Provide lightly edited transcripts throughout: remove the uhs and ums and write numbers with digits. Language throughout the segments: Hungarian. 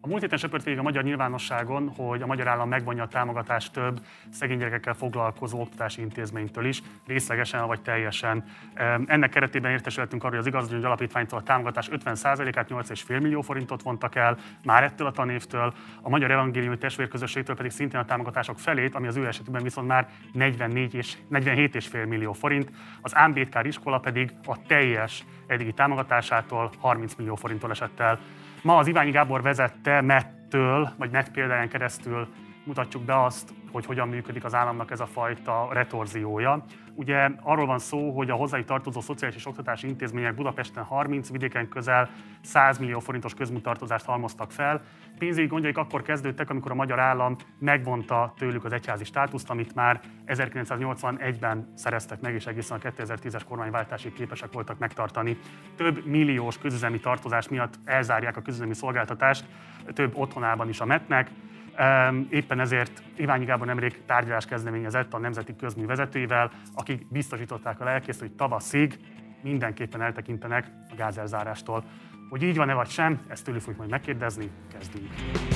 A múlt héten söpört végig a magyar nyilvánosságon, hogy a magyar állam megvonja a támogatást több szegény gyerekekkel foglalkozó oktatási intézménytől is, részlegesen vagy teljesen. Ennek keretében értesültünk arról, hogy az Igazságügyi Alapítványtól a támogatás 50%-át, 8,5 millió forintot vontak el már ettől a tanévtől, a Magyar Evangéliumi Testvérközösségtől pedig szintén a támogatások felét, ami az ő esetükben viszont már 47,5 millió forint, az Ámbétkár iskola pedig a teljes eddigi támogatásától 30 millió forinttól esett el. Ma az Iványi Gábor vezette MET-től, vagy MET példáján keresztül mutatjuk be azt, hogy hogyan működik az államnak ez a fajta retorziója. Ugye arról van szó, hogy a hozzájuk tartozó szociális és oktatási intézmények Budapesten 30, vidéken közel 100 millió forintos közmuntartozást halmoztak fel. Pénzügyi gondjaik akkor kezdődtek, amikor a magyar állam megvonta tőlük az egyházi státuszt, amit már 1981-ben szereztek meg, és egészen a 2010-es kormányváltásig képesek voltak megtartani. Több milliós közüzemi tartozás miatt elzárják a közüzemi szolgáltatást, több otthonában is a MET-nek. Éppen ezért Iványi Gábor nemrég tárgyalást kezdeményezett a Nemzeti Közmű vezetőivel, akik biztosították a lelkészt, hogy tavaszig mindenképpen eltekintenek a gázelzárástól. Hogy így van-e vagy sem, ezt tőlük fogjuk majd megkérdezni, kezdjünk.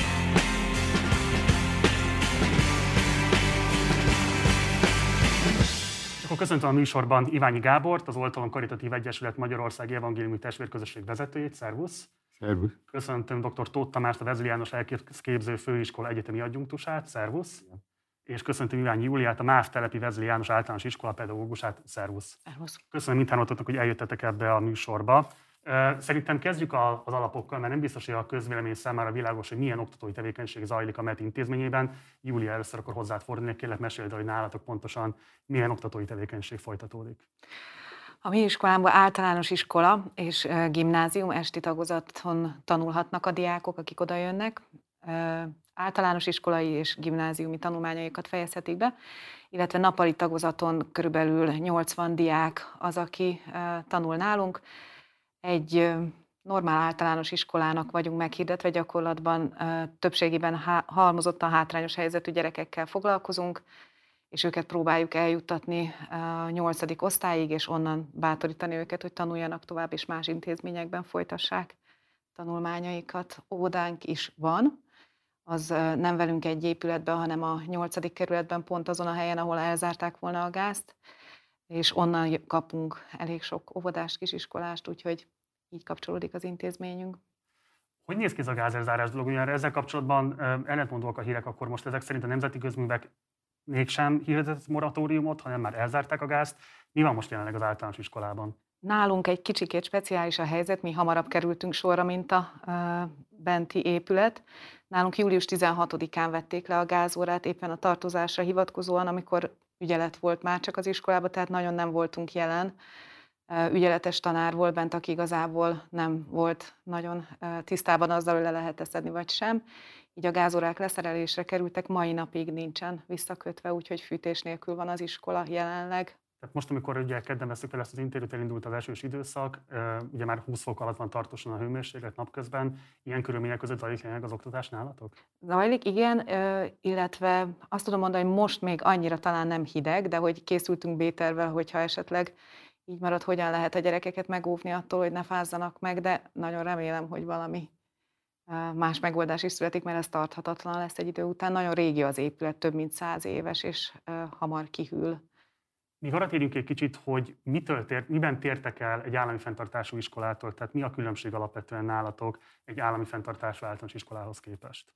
Akkor köszöntöm a műsorban Iványi Gábort, az Oltalom Karitatív Egyesület Magyarországi Evangéliumi Testvérközösség vezetőjét. Szervusz! Szervusz! Köszöntöm dr. Tóth Tamást, a Vezeli János Lelkészképző Főiskola egyetemi adjunktusát. Szervusz! Ja. És köszöntöm Iványi Júliát, a MÁV telepi Vezeli János Általános Iskola pedagógusát. Szervusz! Szervusz! Köszönöm mindhármatoknak, hogy eljöttetek ebbe a műsorba. Szerintem kezdjük az alapokkal, mert nem biztos, hogy a közvélemény számára világos, hogy milyen oktatói tevékenység zajlik a MET intézményében. Júlia, először akkor hozzád fordulnék, kérlek meséld, hogy nálatok pontosan milyen oktatói tevékenység folytatódik. A mi iskolámban általános iskola és gimnázium, esti tagozaton tanulhatnak a diákok, akik oda jönnek. Általános iskolai és gimnáziumi tanulmányaikat fejezhetik be, illetve nappali tagozaton körülbelül 80 diák az, aki tanul nálunk. Egy normál általános iskolának vagyunk meghirdetve, gyakorlatban többségében halmozottan hátrányos helyzetű gyerekekkel foglalkozunk, és őket próbáljuk eljuttatni a 8. osztályig, és onnan bátorítani őket, hogy tanuljanak tovább, és más intézményekben folytassák tanulmányaikat. Óvodánk is van, az nem velünk egy épületben, hanem a 8. kerületben, pont azon a helyen, ahol elzárták volna a gázt, és onnan kapunk elég sok óvodást, kisiskolást, úgyhogy így kapcsolódik az intézményünk. Hogy néz ki ez a gázelzárás dolog? Ugyan ezzel kapcsolatban ellentmondóak a hírek, akkor most ezek szerint a Nemzeti Közművek mégsem hirdetett moratóriumot, hanem már elzárták a gázt. Mi van most jelenleg az általános iskolában? Nálunk egy kicsikét speciális a helyzet, mi hamarabb kerültünk sorra, mint a benti épület. Nálunk július 16-án vették le a gázórát, éppen a tartozásra hivatkozóan, amikor ügyelet volt már csak az iskolában, tehát nagyon nem voltunk jelen. Ügyeletes tanár volt bent, aki igazából nem volt nagyon tisztában azzal, hogy le lehet szedni vagy sem. Így a gázórák leszerelésre kerültek, mai napig nincsen visszakötve, úgyhogy fűtés nélkül van az iskola jelenleg. Tehát most, amikor ugye kedden veszük fel ezt az interjút, elindult az esős időszak, ugye már 20 fok alatt van tartósan a hőmérséklet napközben, ilyen körülmények között zajlik jelenleg az oktatás nálatok? Zajlik, igen, illetve azt tudom mondani, hogy most még annyira talán nem hideg, de hogy készültünk B-tervvel, hogyha esetleg így marad, hogyan lehet a gyerekeket megóvni attól, hogy ne fázzanak meg, de nagyon remélem, hogy valami más megoldás is születik, mert ez tarthatatlan lesz egy idő után. Nagyon régi az épület, több mint 100 éves, és hamar kihűl. Még arra térjünk egy kicsit, hogy miben tértek el egy állami fenntartású iskolától, tehát mi a különbség alapvetően nálatok egy állami fenntartású általános iskolához képest?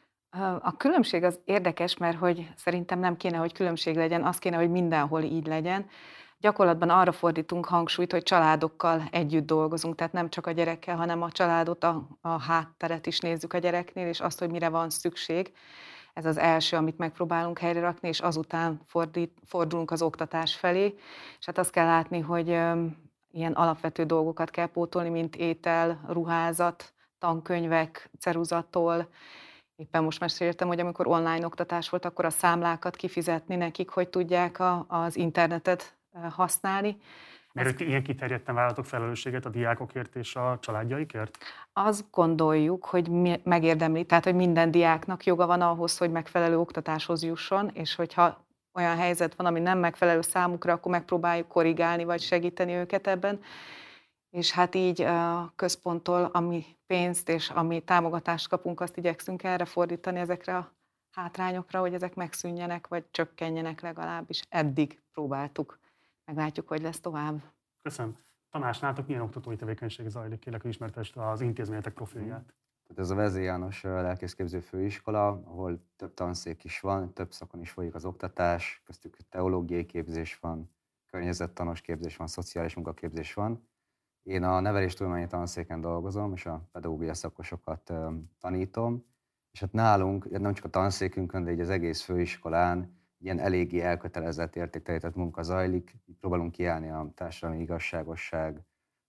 A különbség az érdekes, mert hogy szerintem nem kéne, hogy különbség legyen, az kéne, hogy mindenhol így legyen. Gyakorlatban arra fordítunk hangsúlyt, hogy családokkal együtt dolgozunk, tehát nem csak a gyerekkel, hanem a családot, a hátteret is nézzük a gyereknél, és azt, hogy mire van szükség. Ez az első, amit megpróbálunk helyre rakni, és azután fordulunk az oktatás felé. És hát azt kell látni, hogy ilyen alapvető dolgokat kell pótolni, mint étel, ruházat, tankönyvek, ceruzatól. Éppen most meséltem, hogy amikor online oktatás volt, akkor a számlákat kifizetni nekik, hogy tudják az internetet használni. Mert ilyen kiterjedten vállalatok felelősséget a diákokért és a családjaikért? Azt gondoljuk, hogy megérdemli, tehát hogy minden diáknak joga van ahhoz, hogy megfelelő oktatáshoz jusson, és hogyha olyan helyzet van, ami nem megfelelő számukra, akkor megpróbáljuk korrigálni vagy segíteni őket ebben. És hát így a központtól, ami pénzt és ami támogatást kapunk, azt igyekszünk erre fordítani, ezekre a hátrányokra, hogy ezek megszűnjenek, vagy csökkenjenek legalábbis. Eddig próbáltuk. Meglátjuk, hogy lesz tovább. Köszönöm. Tamás, nálatok milyen oktatói tevékenység zajlik? Kérlek, hogy ismertesd az intézményetek profilját. Tehát ez a Vezér János Lelkészképző Főiskola, ahol több tanszék is van, több szakon is folyik az oktatás, köztük teológiai képzés van, környezettanos képzés van, szociális munkaképzés van. Én a neveléstudományi tanszéken dolgozom, és a pedagógia szakosokat tanítom, és hát nálunk, nem csak a tanszékünkön, de így az egész főiskolán ilyen eléggé elkötelezett, értéktelített munka zajlik. Próbálunk kiállni a társadalmi igazságosság,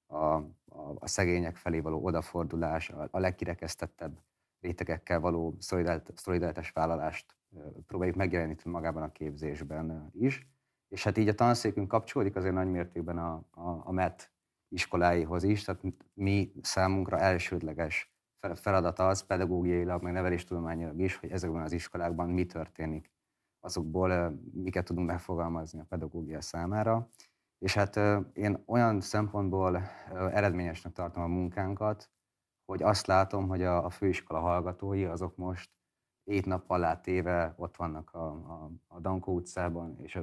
a szegények felé való odafordulás, a legkirekesztettebb rétegekkel való szolidaritás vállalást próbáljuk megjeleníteni magában a képzésben is. És hát így a tanszékünk kapcsolódik azért nagy mértékben a MET iskoláihoz is, tehát mi számunkra elsődleges feladata az pedagógiailag, meg neveléstudományilag is, hogy ezekben az iskolákban mi történik, azokból miket tudunk megfogalmazni a pedagógia számára. És hát én olyan szempontból eredményesnek tartom a munkánkat, hogy azt látom, hogy a főiskola hallgatói azok most 7 nap alá téve ott vannak a Dankó utcában, és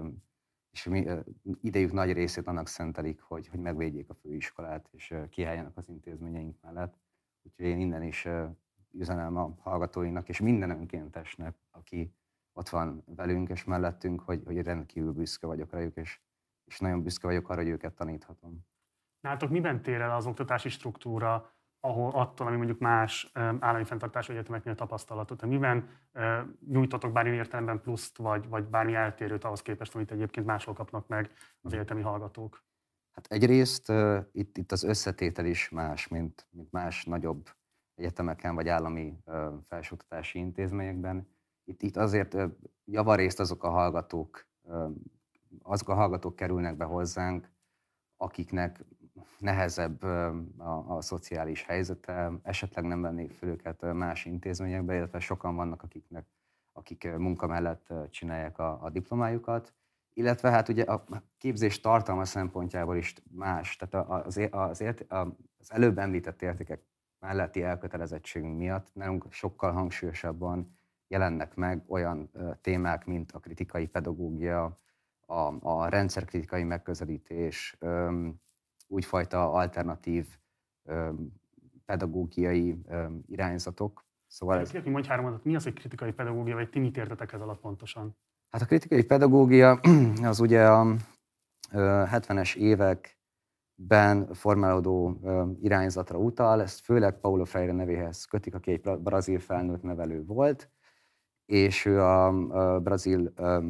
idejük nagy részét annak szentelik, hogy megvédjék a főiskolát, és kiálljanak az intézményeink mellett. Úgyhogy én innen is üzenem a hallgatóinak, és minden önkéntesnek, aki ott van velünk és mellettünk, hogy rendkívül büszke vagyok rájuk, és nagyon büszke vagyok arra, hogy őket taníthatom. Nálatok miben tér el az oktatási struktúra attól, ami mondjuk más állami fenntartású egyetemeknél tapasztalatot? Miben nyújtotok bármilyen értelemben pluszt, vagy bármi eltérőt ahhoz képest, amit egyébként máshol kapnak meg az egyetemi hallgatók? Hát egyrészt itt az összetétel is más, mint más nagyobb egyetemeken vagy állami felsőoktatási intézményekben. Itt azért javarészt azok a hallgatók kerülnek be hozzánk, akiknek nehezebb a szociális helyzete, esetleg nem vennék fel őket más intézményekbe, illetve sokan vannak, akik munka mellett csinálják a diplomájukat, illetve hát ugye a képzés tartalma szempontjából is más, tehát az előbb említett értékek melletti elkötelezettségünk miatt nálunk sokkal hangsúlyosabban jelennek meg olyan témák, mint a kritikai pedagógia, a rendszerkritikai megközelítés, úgyfajta alternatív pedagógiai irányzatok. Szóval mondj 3 mondatot, mi az, hogy kritikai pedagógia, vagy ti mit értetek ez alatt pontosan? Hát a kritikai pedagógia az ugye a 70-es években formálódó irányzatra utal, ezt főleg Paulo Freire nevéhez kötik, aki egy brazil felnőtt nevelő volt, és ő a brazil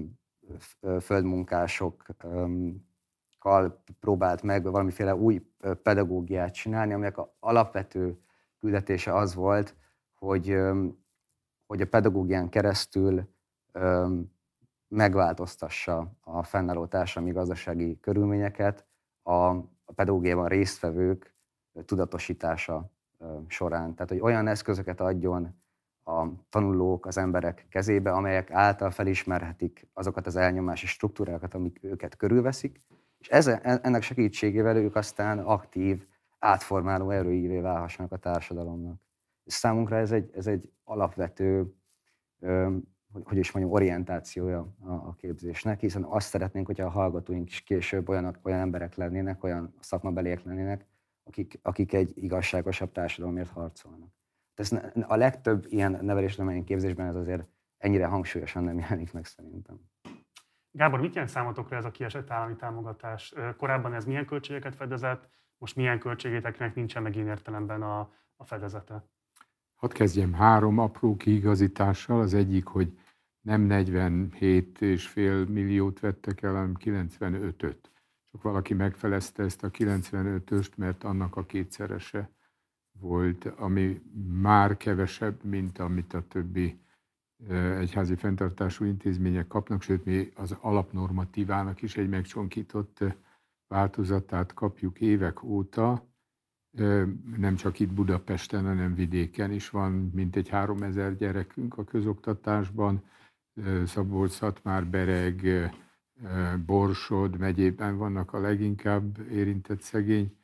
földmunkásokkal próbált meg valamiféle új pedagógiát csinálni, aminek az alapvető küldetése az volt, hogy a pedagógián keresztül megváltoztassa a fennálló társadalmi gazdasági körülményeket a pedagógiában résztvevők tudatosítása során. Tehát, hogy olyan eszközöket adjon a tanulók, az emberek kezébe, amelyek által felismerhetik azokat az elnyomási struktúrákat, amik őket körülveszik, és ennek segítségével ők aztán aktív, átformáló erőivé válhassanak a társadalomnak. És számunkra ez egy alapvető, hogy is mondjam, orientációja a képzésnek, hiszen azt szeretnénk, hogyha a hallgatóink is később olyan emberek lennének, olyan szakmabeliek lennének, akik egy igazságosabb társadalomért harcolnak. A legtöbb ilyen neveléstudományi képzésben ez azért ennyire hangsúlyosan nem jelenik meg szerintem. Gábor, mit jelent számotokra ez a kiesett állami támogatás? Korábban ez milyen költségeket fedezett, most milyen költségéteknek nincsen meg ilyen értelemben a fedezete? Hadd kezdjem 3 apró kiigazítással. Az egyik, hogy nem 47,5 milliót vettek el, hanem 95-öt. Csak valaki megfelezte ezt a 95-öst, mert annak a kétszerese volt, ami már kevesebb, mint amit a többi egyházi fenntartású intézmények kapnak, sőt, mi az alapnormatívának is egy megcsonkított változatát kapjuk évek óta. Nem csak itt Budapesten, hanem vidéken is van mintegy 3000 gyerekünk a közoktatásban. Szabolcs-Szatmár-Bereg, Borsod megyében vannak a leginkább érintett szegény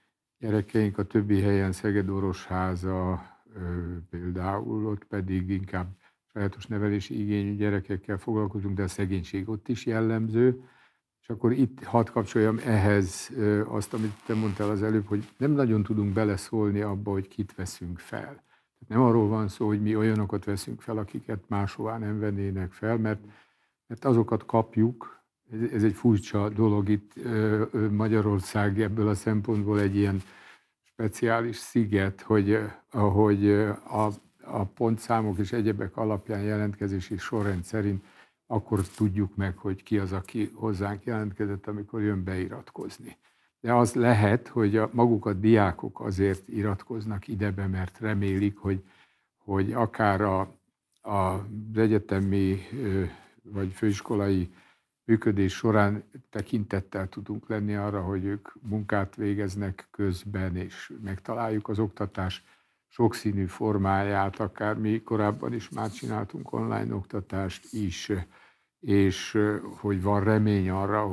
gyerekeink, a többi helyen Szeged-Orosháza például, ott pedig inkább sajátos nevelési igényű gyerekekkel foglalkozunk, de a szegénység ott is jellemző. És akkor itt hadd kapcsoljam ehhez azt, amit te mondtál az előbb, hogy nem nagyon tudunk beleszólni abba, hogy kit veszünk fel. Tehát nem arról van szó, hogy mi olyanokat veszünk fel, akiket máshová nem vennének fel, mert azokat kapjuk. Ez egy furcsa dolog itt Magyarország ebből a szempontból egy ilyen speciális sziget, hogy ahogy a pontszámok és egyebek alapján jelentkezési sorrend szerint akkor tudjuk meg, hogy ki az, aki hozzánk jelentkezett, amikor jön beiratkozni. De az lehet, hogy maguk a diákok azért iratkoznak idebe, mert remélik, hogy akár az egyetemi vagy főiskolai működés során tekintettel tudunk lenni arra, hogy ők munkát végeznek közben, és megtaláljuk az oktatás sokszínű formáját, akár mi korábban is már csináltunk online oktatást is, és hogy van remény arra,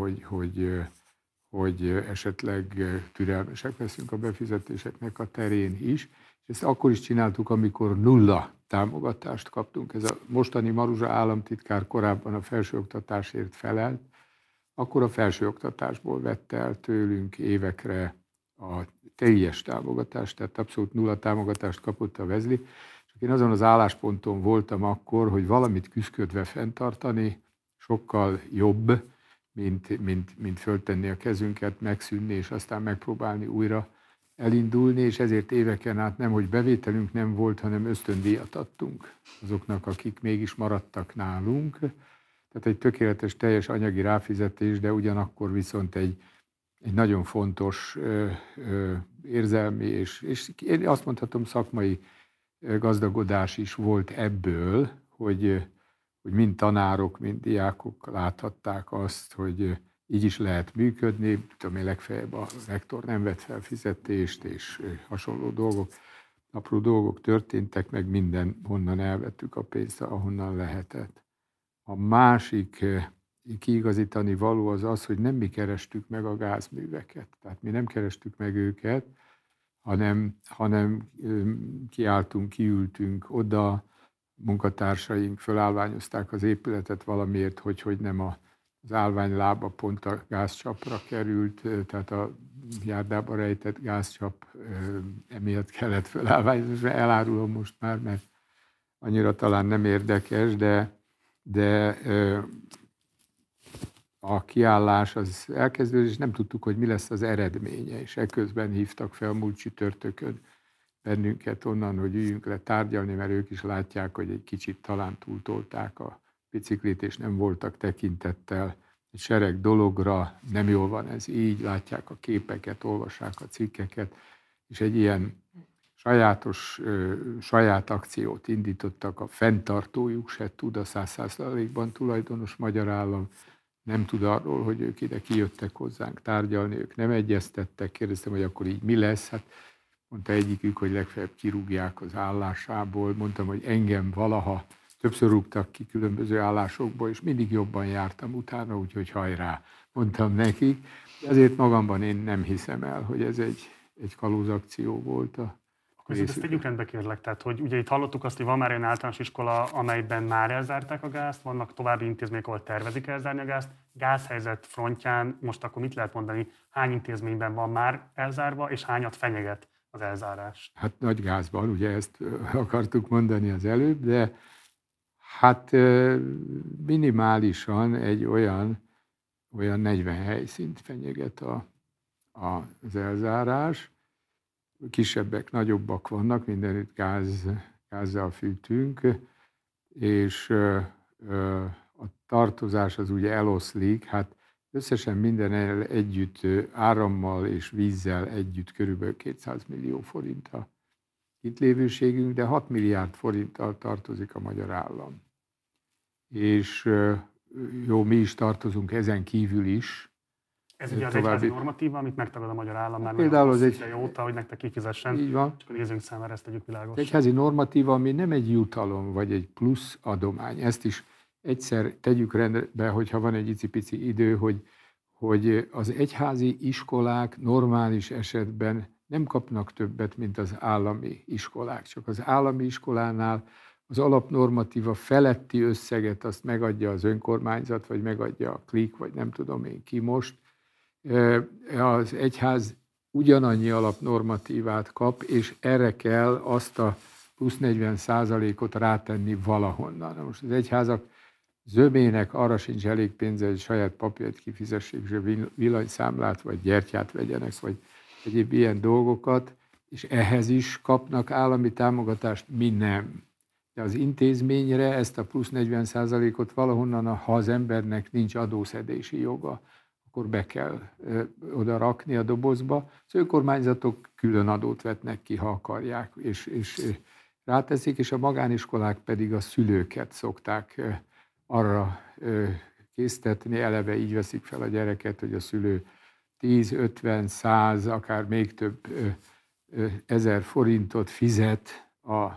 hogy esetleg türelmesek leszünk a befizetéseknek a terén is. És ezt akkor is csináltuk, amikor nulla támogatást kaptunk. Ez a mostani Maruzsa államtitkár korábban a felsőoktatásért felelt, akkor a felsőoktatásból vette el tőlünk évekre a teljes támogatást, tehát abszolút nulla támogatást kapott a Vezli. Csak én azon az állásponton voltam akkor, hogy valamit küszködve fenntartani sokkal jobb, mint föltenni a kezünket, megszűnni, és aztán megpróbálni újra elindulni, és ezért éveken át nem, hogy bevételünk nem volt, hanem ösztöndíjat adtunk azoknak, akik mégis maradtak nálunk. Tehát egy tökéletes, teljes anyagi ráfizetés, de ugyanakkor viszont egy nagyon fontos érzelmi, és én azt mondhatom szakmai gazdagodás is volt ebből, hogy mind tanárok, mind diákok láthatták azt, hogy így is lehet működni, tudom én, legfeljebb a rektor nem vett fel fizetést, és hasonló dolgok, apró dolgok történtek, meg minden, honnan elvettük a pénzt, ahonnan lehetett. A másik kiigazítani való az az, hogy nem mi kerestük meg a gázműveket. Tehát mi nem kerestük meg őket, hanem kiálltunk, kiültünk oda, munkatársaink fölállványozták az épületet valamiért, hogy nem az állványlába pont a gázcsapra került, tehát a járdába rejtett gázcsap emiatt kellett fölállványozni. Elárulom most már, mert annyira talán nem érdekes, de a kiállás az elkezdődött, és nem tudtuk, hogy mi lesz az eredménye, és ekközben hívtak fel múlt csütörtökön bennünket onnan, hogy üljünk le tárgyalni, mert ők is látják, hogy egy kicsit talán túltolták a biciklit, és nem voltak tekintettel egy sereg dologra, nem jól van ez így, látják a képeket, olvassák a cikkeket, és egy ilyen saját akciót indítottak, a fenntartójuk se tud a 100%-ban tulajdonos magyar állam, nem tud arról, hogy ők ide kijöttek hozzánk tárgyalni, ők nem egyeztettek, kérdeztem, hogy akkor így mi lesz, hát mondta egyikük, hogy legfeljebb kirúgják az állásából, mondtam, hogy engem valaha többször rúgtak ki különböző állásokból, és mindig jobban jártam utána, úgyhogy hajrá, mondtam nekik. Azért magamban én nem hiszem el, hogy ez egy kalózakció volt a Viszont ezt tegyük rendbe, kérlek. Tehát, hogy ugye itt hallottuk azt, hogy van már egy általános iskola, amelyben már elzárták a gázt, vannak további intézmények, ahol tervezik elzárni a gázt. Gázhelyzet frontján most akkor mit lehet mondani, hány intézményben van már elzárva, és hányat fenyeget az elzárás? Hát nagy gázban, ugye ezt akartuk mondani az előbb, de hát minimálisan egy olyan 40 helyszínt fenyeget az elzárás. Kisebbek, nagyobbak vannak, mindenütt gázzal fűtünk, és a tartozás az ugye eloszlik, hát összesen minden együtt árammal és vízzel együtt körülbelül 200 millió forint a itt lévőségünk, de 6 milliárd forinttal tartozik a magyar állam. És jó, mi is tartozunk ezen kívül is. Ez ugye az egyházi normatíva, amit megtagad a magyar állam már például az egy óta, hogy nektek kifizessen. Így van. Csak a nézőnk számára ezt tegyük világos. Az egyházi normatíva, ami nem egy jutalom, vagy egy plusz adomány. Ezt is egyszer tegyük rendbe, hogyha van egy icipici idő, hogy az egyházi iskolák normális esetben nem kapnak többet, mint az állami iskolák. Csak az állami iskolánál az alapnormatíva feletti összeget azt megadja az önkormányzat, vagy megadja a KLIK, vagy nem tudom én ki most. Az egyház ugyanannyi alapnormatívát kap, és erre kell azt a plusz 40%-ot rátenni valahonnan. Na most az egyházak zömének arra sincs elég pénze, hogy saját papírt kifizessék, és villanyszámlát, vagy gyertyát vegyenek, vagy egyéb ilyen dolgokat, és ehhez is kapnak állami támogatást, mi nem. De az intézményre ezt a plusz 40%-ot valahonnan, ha az embernek nincs adószedési joga, akkor be kell oda rakni a dobozba. Az önkormányzatok külön adót vetnek ki, ha akarják, és ráteszik, és a magániskolák pedig a szülőket szokták arra késztetni, eleve így veszik fel a gyereket, hogy a szülő 10, 50, 100, akár még több ezer forintot fizet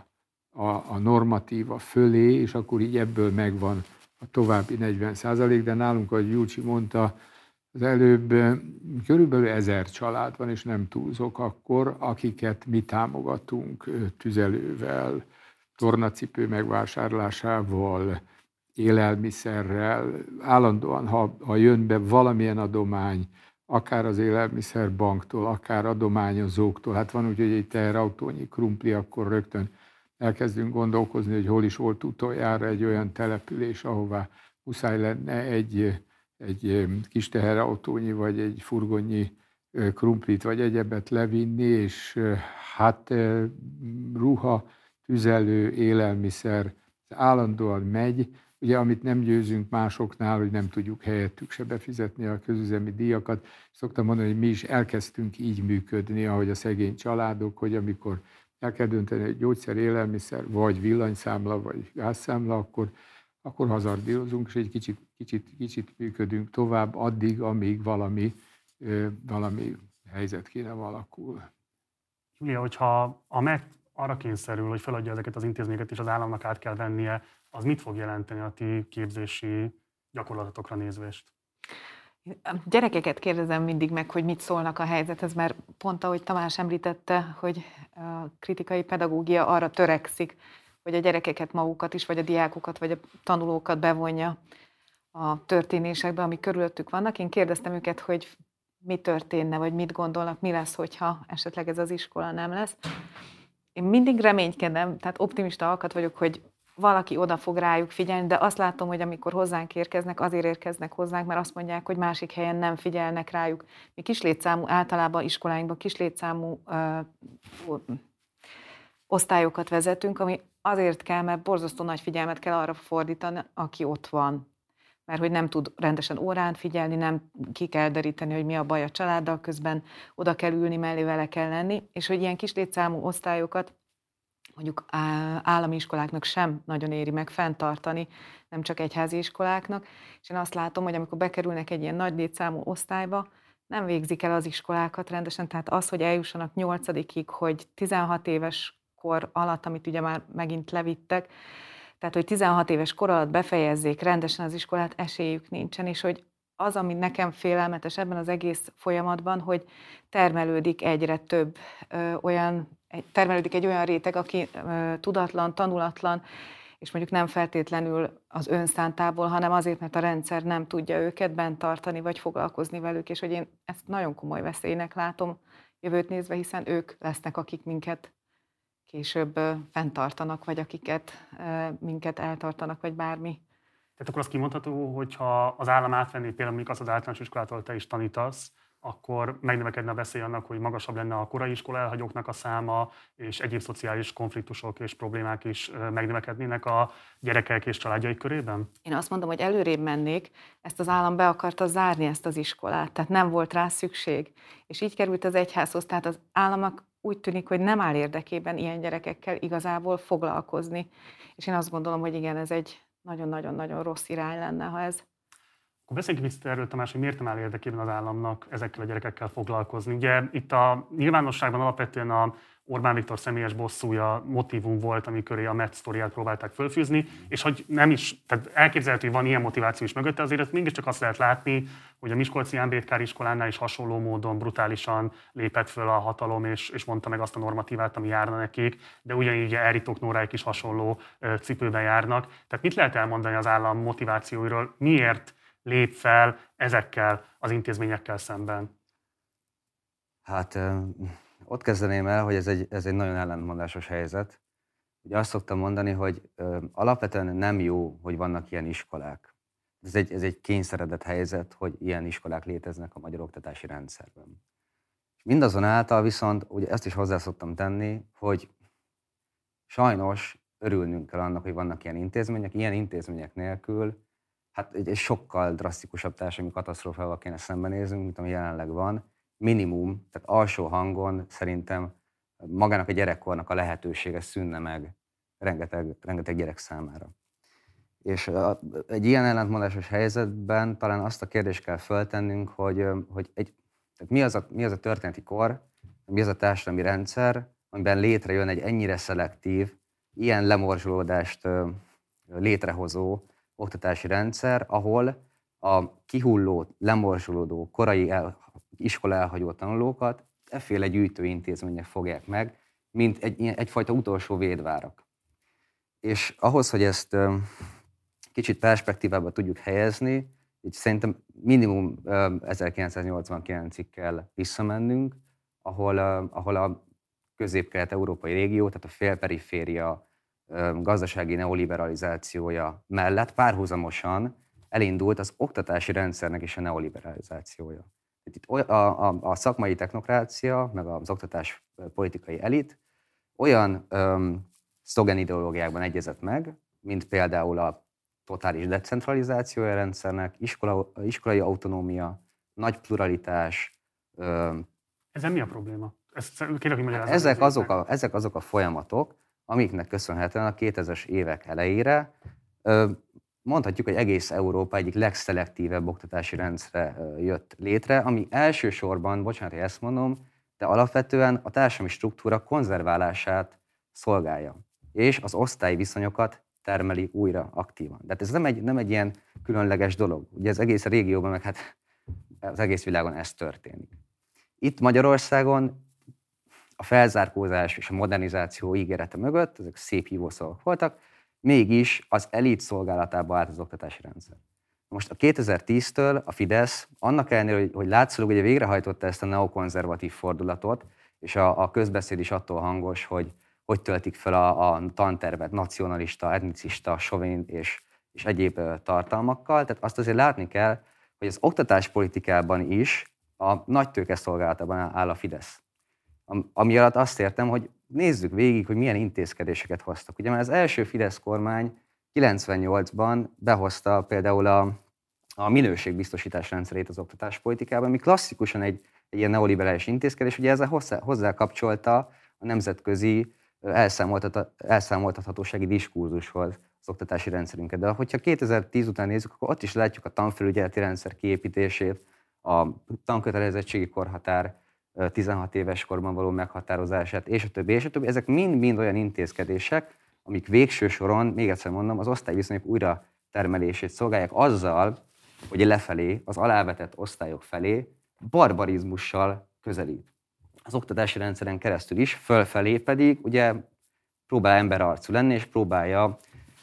a normatíva fölé, és akkor így ebből megvan a további 40%, de nálunk, ahogy Júcsi mondta, az előbb körülbelül 1000 család van, és nem túlzok akkor, akiket mi támogatunk tüzelővel, tornacipő megvásárlásával, élelmiszerrel. Állandóan, ha jön be valamilyen adomány, akár az élelmiszerbanktól, akár adományozóktól, hát van úgy, hogy egy teherautónyi krumpli, akkor rögtön elkezdünk gondolkozni, hogy hol is volt utoljára egy olyan település, ahová muszáj lenne egy kis teherautónyi, vagy egy furgonnyi krumplit, vagy egyebet levinni, és hát ruha, tüzelő, élelmiszer állandóan megy. Ugye, amit nem győzünk másoknál, hogy nem tudjuk helyettük se befizetni a közüzemi díjakat. Szoktam mondani, hogy mi is elkezdtünk így működni, ahogy a szegény családok, hogy amikor el kell dönteni, hogy gyógyszer, élelmiszer, vagy villanyszámla, vagy gázszámla, akkor hazardírozunk, és egy kicsit működünk tovább addig, amíg valami helyzet kéne alakul. Júlia, hogyha a MET arra kényszerül, hogy feladja ezeket az intézményeket, és az államnak át kell vennie, az mit fog jelenteni a ti képzési gyakorlatokra nézvést? A gyerekeket kérdezem mindig meg, hogy mit szólnak a helyzethez, mert pont ahogy Tamás említette, hogy a kritikai pedagógia arra törekszik, hogy a gyerekeket magukat is, vagy a diákokat, vagy a tanulókat bevonja a történésekbe, amik körülöttük vannak. Én kérdeztem őket, hogy mi történne, vagy mit gondolnak, mi lesz, hogyha esetleg ez az iskola nem lesz. Én mindig reménykedem, tehát optimista alkat vagyok, hogy valaki oda fog rájuk figyelni, de azt látom, hogy amikor hozzánk érkeznek, azért érkeznek hozzánk, mert azt mondják, hogy másik helyen nem figyelnek rájuk. Mi kislétszámú, általában iskoláinkban kislétszámú osztályokat vezetünk, ami azért kell, mert borzasztó nagy figyelmet kell arra fordítani, aki ott van. Mert hogy nem tud rendesen órán figyelni, nem ki kell deríteni, hogy mi a baj a családdal, közben oda kell ülni, mellé vele kell lenni, és hogy ilyen kislétszámú osztályokat mondjuk állami iskoláknak sem nagyon éri meg fenntartani, nem csak egyházi iskoláknak, és én azt látom, hogy amikor bekerülnek egy ilyen nagy létszámú osztályba, nem végzik el az iskolákat rendesen, tehát az, hogy eljussanak 8-ig, hogy 16 éves kor alatt, amit ugye már megint levittek, tehát hogy 16 éves kor alatt befejezzék rendesen az iskolát, esélyük nincsen, és hogy az, ami nekem félelmetes ebben az egész folyamatban, hogy termelődik egyre több termelődik egy olyan réteg, aki tudatlan, tanulatlan, és mondjuk nem feltétlenül az önszántából, hanem azért, mert a rendszer nem tudja őket bent tartani, vagy foglalkozni velük, és hogy én ezt nagyon komoly veszélynek látom jövőt nézve, hiszen ők lesznek, akik minket később fenntartanak, vagy akiket minket eltartanak, vagy bármi. Tehát akkor azt kimondható, hogyha az állam átvenné például mondjuk azt az általános iskolától te is tanítasz, akkor megnövekedne a veszély annak, hogy magasabb lenne a korai iskola elhagyóknak a száma, és egyéb szociális konfliktusok és problémák is megnövekednének a gyerekek és családjaik körében? Én azt mondom, hogy előrébb mennék, ezt az állam be akarta zárni, ezt az iskolát, tehát nem volt rá szükség. És így került az egyházhoz, tehát az államnak úgy tűnik, hogy nem áll érdekében ilyen gyerekekkel igazából foglalkozni. És én azt gondolom, hogy igen, ez egy nagyon-nagyon-nagyon rossz irány lenne, ha ez. Akkor beszéljünk vissza erről, Tamás, hogy miért nem áll érdekében az államnak ezekkel a gyerekekkel foglalkozni. Ugye itt a nyilvánosságban alapvetően Orbán Viktor személyes bosszúja motívum volt, amikor a Met sztoriát próbálták fölfűzni, és hogy nem is, tehát elképzelhető, hogy van ilyen motiváció is mögötte, azért mégiscsak azt lehet látni, hogy a Miskolci Ján Bétkár iskolánál is hasonló módon brutálisan lépett föl a hatalom, és mondta meg azt a normatívát, ami járna nekik, de ugyanígy ugye Eritók Nóráik is hasonló cipőben járnak. Tehát mit lehet elmondani az állam motivációiról, miért lép fel ezekkel az intézményekkel szemben? Hát ott kezdeném el, hogy ez egy nagyon ellentmondásos helyzet. Ugye azt szoktam mondani, hogy alapvetően nem jó, hogy vannak ilyen iskolák. Ez egy kényszeredett helyzet, hogy ilyen iskolák léteznek a magyar oktatási rendszerben. Mindazonáltal viszont ugye ezt is hozzá szoktam tenni, hogy sajnos örülnünk kell annak, hogy vannak ilyen intézmények. Ilyen intézmények nélkül hát egy sokkal drasztikusabb társadalmi katasztrófával kéne szembenéznünk, mint ami jelenleg van. Minimum, tehát alsó hangon szerintem magának a gyerekkornak a lehetősége szűnne meg rengeteg gyerek számára. És egy ilyen ellentmondásos helyzetben talán azt a kérdést kell föltennünk, hogy tehát mi az a történeti kor, mi az a társadalmi rendszer, amiben létrejön egy ennyire szelektív, ilyen lemorzsolódást létrehozó oktatási rendszer, ahol a kihulló, lemorzsolódó, korai iskola elhagyó tanulókat efféle gyűjtőintézmények fogják meg, mint egyfajta utolsó védvárak. És ahhoz, hogy ezt kicsit perspektívába tudjuk helyezni, így szerintem minimum 1989-ig kell visszamennünk, ahol a közép-kelet-európai régió, tehát a félperiféria gazdasági neoliberalizációja mellett párhuzamosan elindult az oktatási rendszernek is a neoliberalizációja. Itt a szakmai technokrácia, meg az oktatás politikai elit olyan szlogen ideológiákban egyezett meg, mint például a totális decentralizációja a rendszernek, iskolai autonómia, nagy pluralitás. Ezen mi a probléma? Kérlek, hogy magyarázzam. Ezek azok a folyamatok, amiknek köszönhetően a 2000-es évek elejére mondhatjuk, hogy egész Európa egyik legszelektívabb oktatási rendszere jött létre, ami elsősorban, bocsánat, hogy ezt mondom, de alapvetően a társadalmi struktúra konzerválását szolgálja, és az osztályviszonyokat termeli újra aktívan. Tehát ez nem egy ilyen különleges dolog. Ugye az egész régióban, meg hát az egész világon ez történik. Itt Magyarországon a felzárkózás és a modernizáció ígérete mögött, ezek szép hívószavak voltak, mégis az elit szolgálatába állt az oktatási rendszer. Most a 2010-től a Fidesz, annak ellenére, hogy látszólag ugye végrehajtotta ezt a neokonzervatív fordulatot, és a közbeszéd is attól hangos, hogy töltik fel a tantervet nacionalista, etnicista, sovén és egyéb tartalmakkal. Tehát azt azért látni kell, hogy az oktatáspolitikában is a nagy tőke szolgálatában áll a Fidesz. Ami alatt azt értem, hogy nézzük végig, hogy milyen intézkedéseket hoztak. Ugye már az első Fidesz kormány 98-ban behozta például a minőségbiztosítás rendszerét az oktatáspolitikában, ami klasszikusan egy ilyen neoliberális intézkedés, ugye ezzel hozzá kapcsolta a nemzetközi elszámoltathatósági diskurzushoz az oktatási rendszerünket. De hogyha 2010 után nézzük, akkor ott is látjuk a tanfelügyeleti rendszer kiépítését, a tankötelezettségi korhatár 16 éves korban való meghatározását, és a többi, és a többi. Ezek mind-mind olyan intézkedések, amik végső soron, még egyszer mondom, az osztályviszonyok újra termelését szolgálják azzal, hogy lefelé, az alávetett osztályok felé barbarizmussal közelít. Az oktatási rendszeren keresztül is, fölfelé pedig ugye próbál emberarcú lenni, és próbálja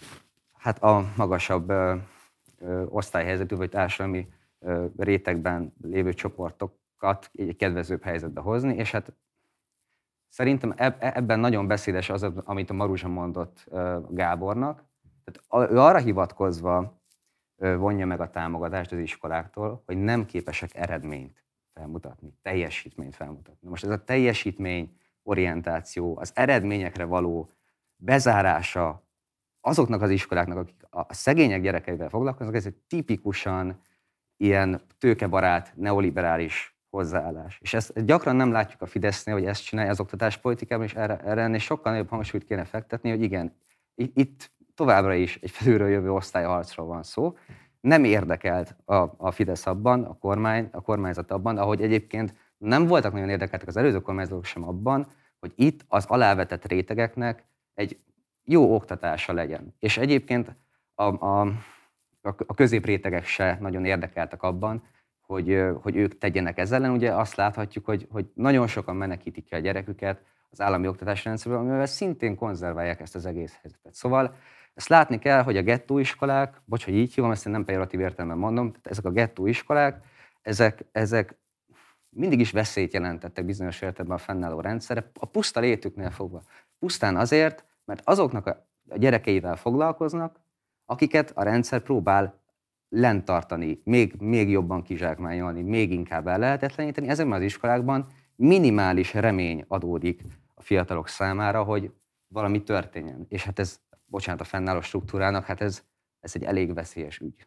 hát a magasabb osztályhelyzetű vagy társadalmi rétegben lévő csoportokat egy kedvezőbb helyzetbe hozni, és hát szerintem ebben nagyon beszédes az, amit a Maruzsa mondott Gábornak. Tehát ő arra hivatkozva vonja meg a támogatást az iskoláktól, hogy nem képesek eredményt felmutatni, teljesítményt felmutatni. Most ez a teljesítmény orientáció, az eredményekre való bezárása azoknak az iskoláknak, akik a szegények gyerekeivel foglalkoznak, ez egy tipikusan ilyen tőkebarát, neoliberális hozzáállás. És ezt gyakran nem látjuk a Fidesznél, hogy ezt csinálja az oktatáspolitikában, és erre ennél sokkal nagyobb hangsúlyt kéne fektetni, hogy igen, itt továbbra is egy felülről jövő osztályharcról van szó. Nem érdekelt a Fidesz abban, a kormányzat abban, ahogy egyébként nem voltak nagyon érdekeltek az előző kormányzatok sem abban, hogy itt az alávetett rétegeknek egy jó oktatása legyen. És egyébként a középrétegek se nagyon érdekeltek abban, hogy ők tegyenek ezzel ellen. Ugye azt láthatjuk, hogy nagyon sokan menekítik ki a gyereküket az állami oktatási rendszerből, amivel szintén konzerválják ezt az egész helyzetet. Szóval ezt látni kell, hogy a gettóiskolák, bocs, hogy így hívom, ezt én nem pejoratív értelemben mondom, tehát ezek a gettóiskolák, ezek mindig is veszélyt jelentettek bizonyos értelemben a fennálló rendszerre, a puszta létüknél fogva. Pusztán azért, mert azoknak a gyerekeivel foglalkoznak, akiket a rendszer próbál lent tartani, még jobban kizsákmányolni, még inkább ellehetetleníteni. Ezekben az iskolákban minimális remény adódik a fiatalok számára, hogy valami történjen. És hát ez, bocsánat, a fennálló struktúrának, hát ez egy elég veszélyes ügy.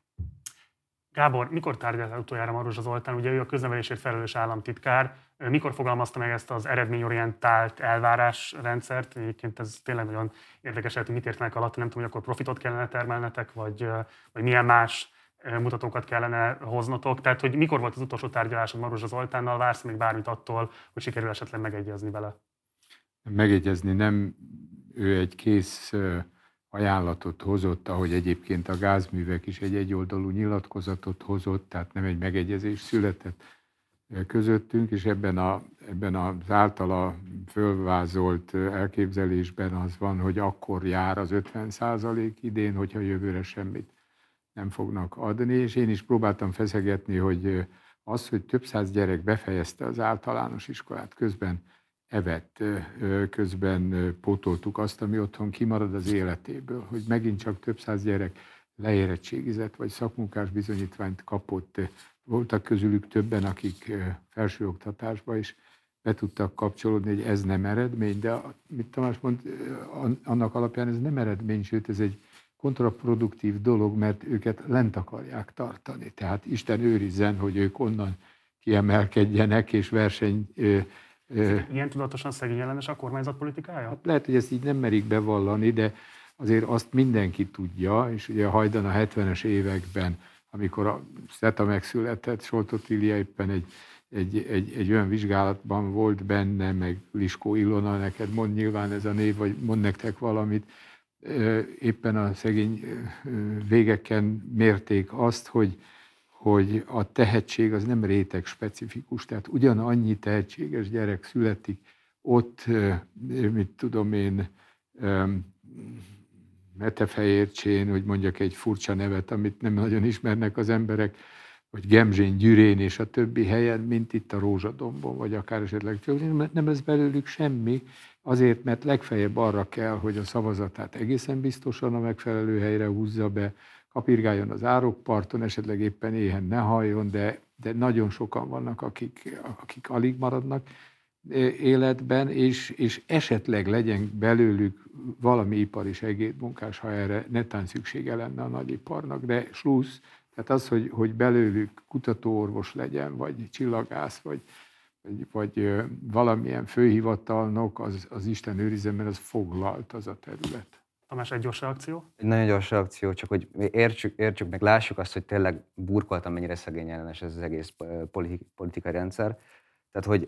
Gábor, mikor tárgyalt utoljára Maruzsa Zoltán? Ugye ő a köznevelésért felelős államtitkár. Mikor fogalmazta meg ezt az eredményorientált elvárásrendszert? Egyébként ez tényleg nagyon érdekes, hogy mit értenek alatt, nem tudom, hogy akkor profitot kellene termelnetek, vagy milyen más mutatókat kellene hoznotok. Tehát, hogy mikor volt az utolsó tárgyalásod Maruzsa Zoltánnal? Vársz még bármit attól, hogy sikerül esetleg megegyezni vele? Megegyezni nem, ő egy kész ajánlatot hozott, ahogy egyébként a gázművek is egy egyoldalú nyilatkozatot hozott, tehát nem egy megegyezés született közöttünk, és ebben az általa fölvázolt elképzelésben az van, hogy akkor jár az 50% idén, hogyha jövőre semmit nem fognak adni, és én is próbáltam feszegetni, hogy az, hogy több száz gyerek befejezte az általános iskolát, közben evett, közben pótoltuk azt, ami otthon kimarad az életéből, hogy megint csak több száz gyerek leérettségizett, vagy szakmunkás bizonyítványt kapott. Voltak közülük többen, akik felsőoktatásba is be tudtak kapcsolódni, hogy ez nem eredmény, de mit Tamás mond, annak alapján ez nem eredmény, sőt ez egy kontraproduktív dolog, mert őket lent akarják tartani. Tehát Isten őrizzen, hogy ők onnan kiemelkedjenek, és verseny... Ilyen tudatosan szegényellenes a kormányzat politikája? Hát lehet, hogy ezt így nem merik bevallani, de azért azt mindenki tudja, és ugye hajdan a 70-es években, amikor a SZETA megszületett, Soltó Tília éppen egy olyan vizsgálatban volt benne, meg Liskó Ilona, neked mond nyilván ez a név, vagy mond nektek valamit, éppen a szegény végeken mérték azt, hogy a tehetség az nem réteg specifikus, tehát ugyanannyi tehetséges gyerek születik ott, mit tudom én, Metefehércsén, hogy mondjak egy furcsa nevet, amit nem nagyon ismernek az emberek, vagy Gemzsén, Gyürén és a többi helyen, mint itt a Rózsadombon, vagy akár esetleg nem lesz belőlük semmi, azért, mert legfeljebb arra kell, hogy a szavazatát egészen biztosan a megfelelő helyre húzza be, kapirgáljon az árokparton, esetleg éppen éhen ne halljon, de nagyon sokan vannak, akik alig maradnak életben, és esetleg legyen belőlük valami ipari segédmunkás, ha erre netán szüksége lenne a nagyiparnak, de slusz, tehát az, hogy belőlük kutatóorvos legyen, vagy csillagász, vagy valamilyen főhivatalnok, az Isten őrizze, mert az foglalt az a terület. Tamás, egy gyors reakció? Egy nagyon gyors reakció, csak hogy értsük meg, lássuk azt, hogy tényleg burkoltan mennyire szegényellenes ez az egész politikai rendszer. Tehát, hogy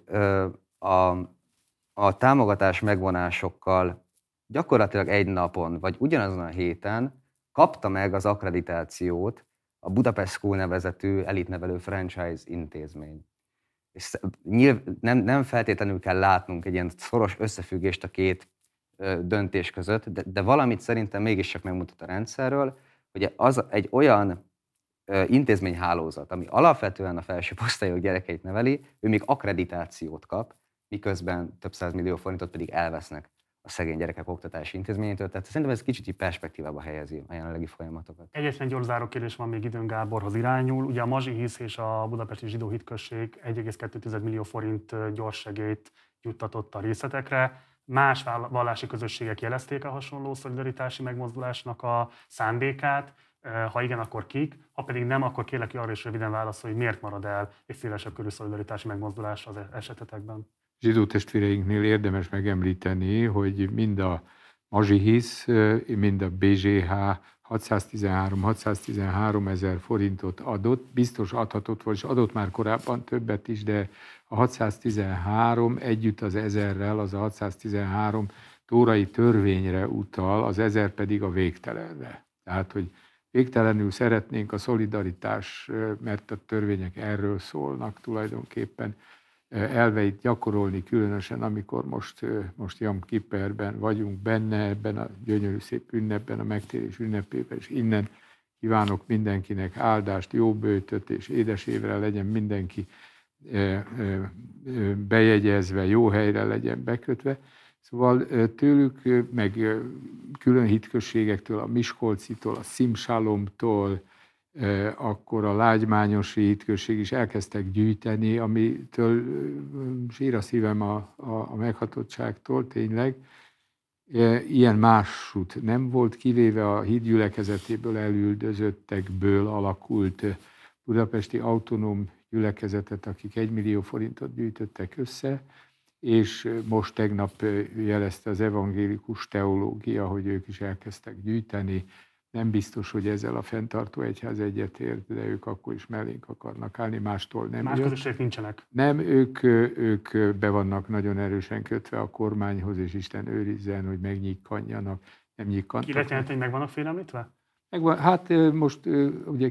a támogatás megvonásokkal gyakorlatilag egy napon, vagy ugyanazon a héten kapta meg az akkreditációt a Budapest School nevezetű elitnevelő franchise intézmény. És nem feltétlenül kell látnunk egy ilyen szoros összefüggést a két döntés között, de valamit szerintem mégiscsak megmutat a rendszerről, hogy az egy olyan intézményhálózat, ami alapvetően a felsőbb osztályok gyerekeit neveli, ő még akkreditációt kap, miközben több 100 millió forintot pedig elvesznek a szegény gyerekek oktatási intézményétől. Tehát szerintem ez kicsit így perspektívába helyezi a jelenlegi folyamatokat. Egyetlen gyors záró kérdés van még időn Gáborhoz irányul. Ugye a Mazsihisz és a Budapesti Zsidó Hitközség 1,2 millió forint gyorssegélyt juttatott a részletekre. Más vallási közösségek jelezték a hasonló szolidaritási megmozdulásnak a szándékát. Ha igen, akkor kik? Ha pedig nem, akkor kérlek, hogy arra is röviden válaszolj, hogy miért marad el egy szélesebb körű szolidaritási megmozdulás az esetetekben. Zsidó testvéreinknél érdemes megemlíteni, hogy mind a Mazsihisz, mind a BZH 613 ezer forintot adott, biztos adhatott volt, és adott már korábban többet is, de a 613 együtt az 1000-rel, az a 613 tórai törvényre utal, az 1000 pedig a végtelenre. Tehát, hogy végtelenül szeretnénk a szolidaritás, mert a törvények erről szólnak tulajdonképpen, elveit gyakorolni, különösen amikor most Jom Kipperben vagyunk benne, ebben a gyönyörű szép ünnepben, a megtérés ünnepében, és innen kívánok mindenkinek áldást, jó böjtöt és édes évre legyen mindenki bejegyezve, jó helyre legyen bekötve. Szóval tőlük, meg külön hitközségektől, a Miskolcitól, a Szimsalomtól, akkor a Lágymányosi hitközség is elkezdtek gyűjteni, amitől sír a szívem a meghatottságtól tényleg. Ilyen másút nem volt, kivéve a híd gyülekezetéből elüldözöttekből alakult budapesti autonóm gyülekezetet, akik 1 millió forintot gyűjtöttek össze, és most tegnap jelezte az evangélikus teológia, hogy ők is elkezdtek gyűjteni. Nem biztos, hogy ezzel a fenntartó egyház egyetért, de ők akkor is mellénk akarnak állni, mástól nem. Más közösségek nincsenek. Nem, ők be vannak nagyon erősen kötve a kormányhoz, és Isten őrizzen, hogy megnyikkanjanak. Nem nyikkantak. Ki lehet jelenteni, hogy meg vannak félemlítve? Hát most ugye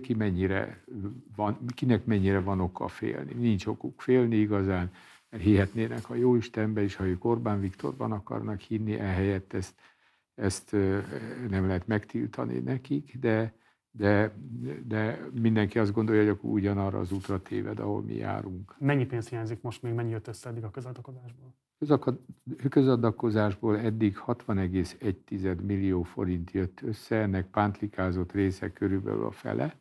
kinek mennyire van oka félni. Nincs okuk félni igazán, mert hihetnének a Jóistenbe, és ha ők Orbán Viktorban akarnak hinni, ehelyett ezt nem lehet megtiltani nekik, de mindenki azt gondolja, hogy akkor ugyanarra az útra téved, ahol mi járunk. Mennyi pénz hiányzik most még, mennyi jött össze eddig a közadakozásból? Közadakozásból eddig 60,1 millió forint jött össze, ennek pántlikázott része körülbelül a fele,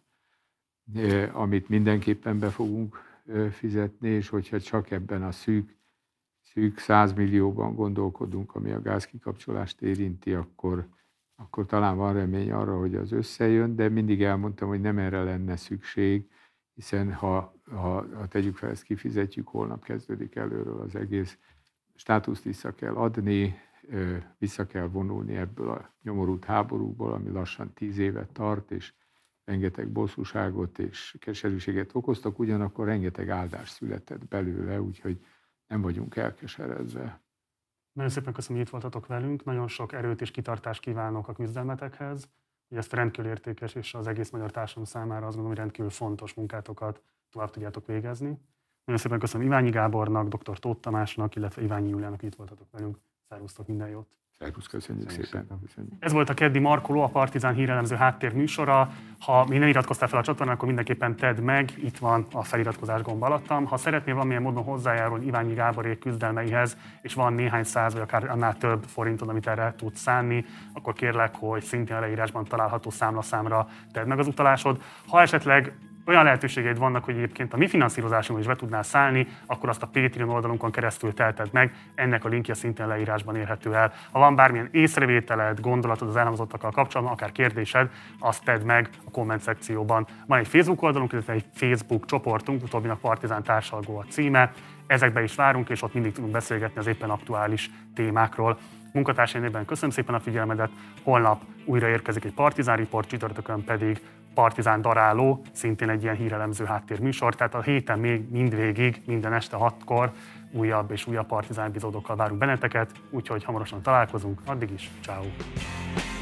amit mindenképpen be fogunk fizetni, és hogyha csak ebben a szűk 100 millióban gondolkodunk, ami a gázkikapcsolást érinti, akkor talán van remény arra, hogy az összejön, de mindig elmondtam, hogy nem erre lenne szükség, hiszen ha tegyük fel, ezt kifizetjük, holnap kezdődik előről az egész. Státuszt vissza kell adni, vissza kell vonulni ebből a nyomorult háborúból, ami lassan 10 évet tart, és rengeteg bosszúságot és keserűséget okoztak, ugyanakkor rengeteg áldás született belőle, úgyhogy nem vagyunk elkeseredve. Nagyon szépen köszönöm, hogy itt voltatok velünk. Nagyon sok erőt és kitartást kívánok a küzdelmetekhez, hogy ezt rendkívül értékes és az egész magyar társadalom számára azt gondolom, hogy rendkívül fontos munkátokat tovább tudjátok végezni. Nagyon szépen köszönöm Iványi Gábornak, dr. Tóth Tamásnak, illetve Iványi Júliának, hogy itt voltatok velünk. Szervusztok, minden jót! Szervusz, köszönjük szépen. Ez volt a keddi Markoló, a Partizán hírelemző háttérműsora. Ha még nem iratkoztál fel a csatornán, akkor mindenképpen tedd meg, itt van a feliratkozás gomb alattam. Ha szeretnél valamilyen módon hozzájárulni Iványi Gáborék küzdelmeihez, és van néhány száz vagy akár annál több forintod, amit erre tudsz szánni, akkor kérlek, hogy szintén a leírásban található számlaszámra tedd meg az utalásod. Ha esetleg olyan lehetőségeid vannak, hogy egyébként a mi finanszírozásunkon is be tudnál szállni, akkor azt a Patreon oldalunkon keresztül teheted meg, ennek a linkje szintén leírásban érhető el. Ha van bármilyen észrevételed, gondolatod az elhangzottakkal kapcsolatban, akár kérdésed, azt tedd meg a komment szekcióban. Van egy Facebook oldalunk, illetve egy Facebook csoportunk, utóbbinak Partizán Társalgó a címe. Ezekbe is várunk, és ott mindig tudunk beszélgetni az éppen aktuális témákról. Munkatársaim nevében köszönöm szépen a figyelmedet, holnap újra érkezik egy Partizán Report, csütörtökön pedig Partizán Daráló, szintén egy ilyen hírelemző háttérműsor, tehát a héten még mindvégig, minden este 6-kor újabb és újabb Partizán epizódokkal várunk benneteket, úgyhogy hamarosan találkozunk, addig is, ciao.